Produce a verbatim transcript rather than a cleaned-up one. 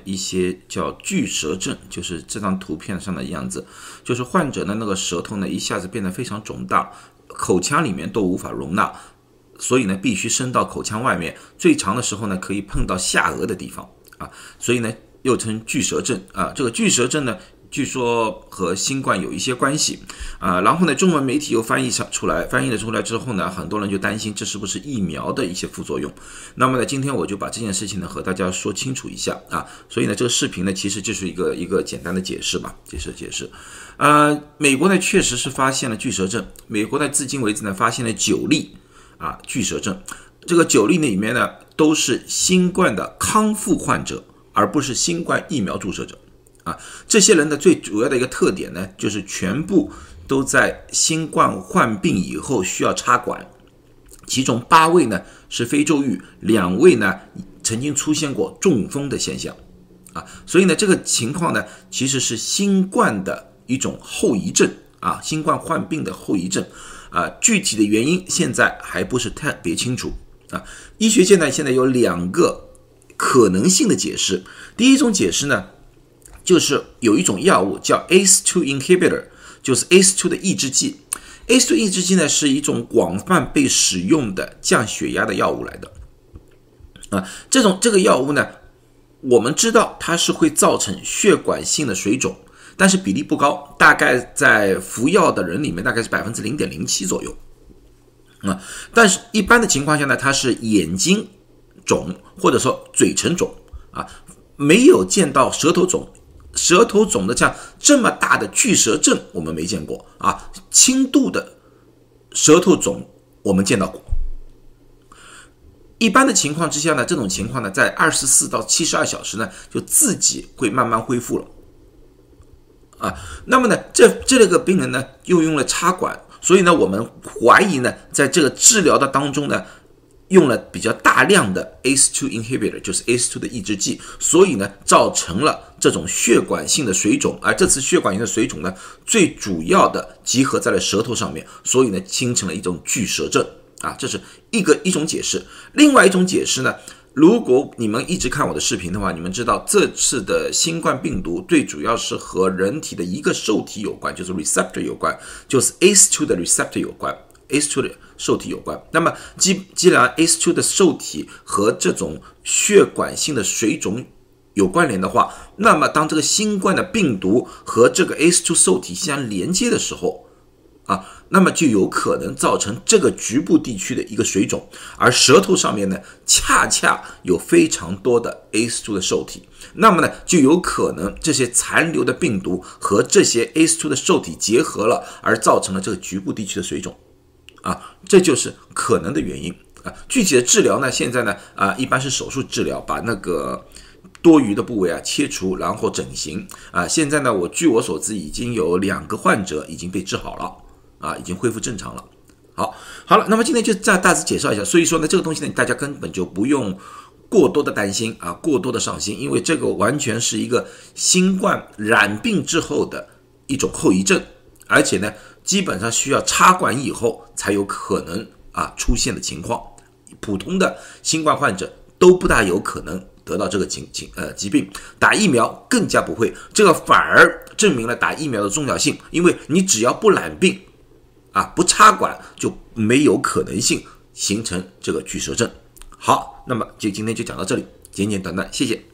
一些叫巨舌症，就是这张图片上的样子，就是患者的那个舌头呢一下子变得非常肿大，口腔里面都无法容纳，所以呢必须伸到口腔外面，最长的时候呢可以碰到下颚的地方啊，所以呢又称巨舌症啊。这个巨舌症呢据说和新冠有一些关系啊，然后呢，中文媒体又翻译出来，翻译了出来之后呢，很多人就担心这是不是疫苗的一些副作用。那么呢，今天我就把这件事情呢和大家说清楚一下啊。所以呢，这个视频呢其实就是一个一个简单的解释吧，解释解释。呃，美国呢确实是发现了巨舌症，美国呢至今为止呢发现了九例啊巨舌症，这个九例里面呢都是新冠的康复患者，而不是新冠疫苗注射者。啊，这些人的最主要的一个特点呢，就是全部都在新冠患病以后需要插管，其中八位呢是非洲裔，两位呢曾经出现过中风的现象啊，所以呢这个情况呢其实是新冠的一种后遗症啊，新冠患病的后遗症啊，具体的原因现在还不是特别清楚啊。医学界呢现在有两个可能性的解释，第一种解释呢，就是有一种药物叫 A C E 二 inhibitor， 就是 A C E 二 的抑制剂。A C E 二 抑制剂呢是一种广泛被使用的降血压的药物来的。啊，这种这个药物呢，我们知道它是会造成血管性的水肿，但是比例不高，大概在服药的人里面大概是 百分之零点零七 左右。啊，但是一般的情况下呢，它是眼睛肿或者说嘴唇肿啊，没有见到舌头肿。舌头肿的像这么大的巨舌症我们没见过啊，轻度的舌头肿我们见到过。一般的情况之下呢，这种情况呢在二十四到七十二小时呢就自己会慢慢恢复了啊。那么呢这这个病人呢又用了插管，所以呢我们怀疑呢在这个治疗的当中呢用了比较大量的 A C E 二 inhibitor， 就是 A C E 二 的抑制剂，所以呢造成了这种血管性的水肿，而这次血管性的水肿呢最主要的集合在了舌头上面，所以呢形成了一种巨舌症啊，这是一个一种解释。另外一种解释呢，如果你们一直看我的视频的话，你们知道这次的新冠病毒最主要是和人体的一个受体有关，就是 receptor 有关，就是 A C E 二 的 receptor 有关，A C E 二 的受体有关。那么既既然 A C E 二 的受体和这种血管性的水肿有关联的话，那么当这个新冠的病毒和这个 A C E 二 受体相连接的时候啊，那么就有可能造成这个局部地区的一个水肿，而舌头上面呢恰恰有非常多的 A C E 二 的受体，那么呢就有可能这些残留的病毒和这些 A C E 二 的受体结合了，而造成了这个局部地区的水肿啊，这就是可能的原因啊。具体的治疗呢，现在呢啊一般是手术治疗，把那个多余的部位啊切除，然后整形啊。现在呢，我据我所知已经有两个患者已经被治好了啊，已经恢复正常了。好，好了，那么今天就再大致介绍一下。所以说呢，这个东西呢，大家根本就不用过多的担心啊，过多的上心，因为这个完全是一个新冠染病之后的一种后遗症，而且呢，基本上需要插管以后才有可能啊出现的情况。普通的新冠患者都不大有可能得到这个疾呃疾病，打疫苗更加不会，这个反而证明了打疫苗的重要性，因为你只要不染病啊，不插管就没有可能性形成这个巨舌症。好，那么就今天就讲到这里，简简短短，谢谢。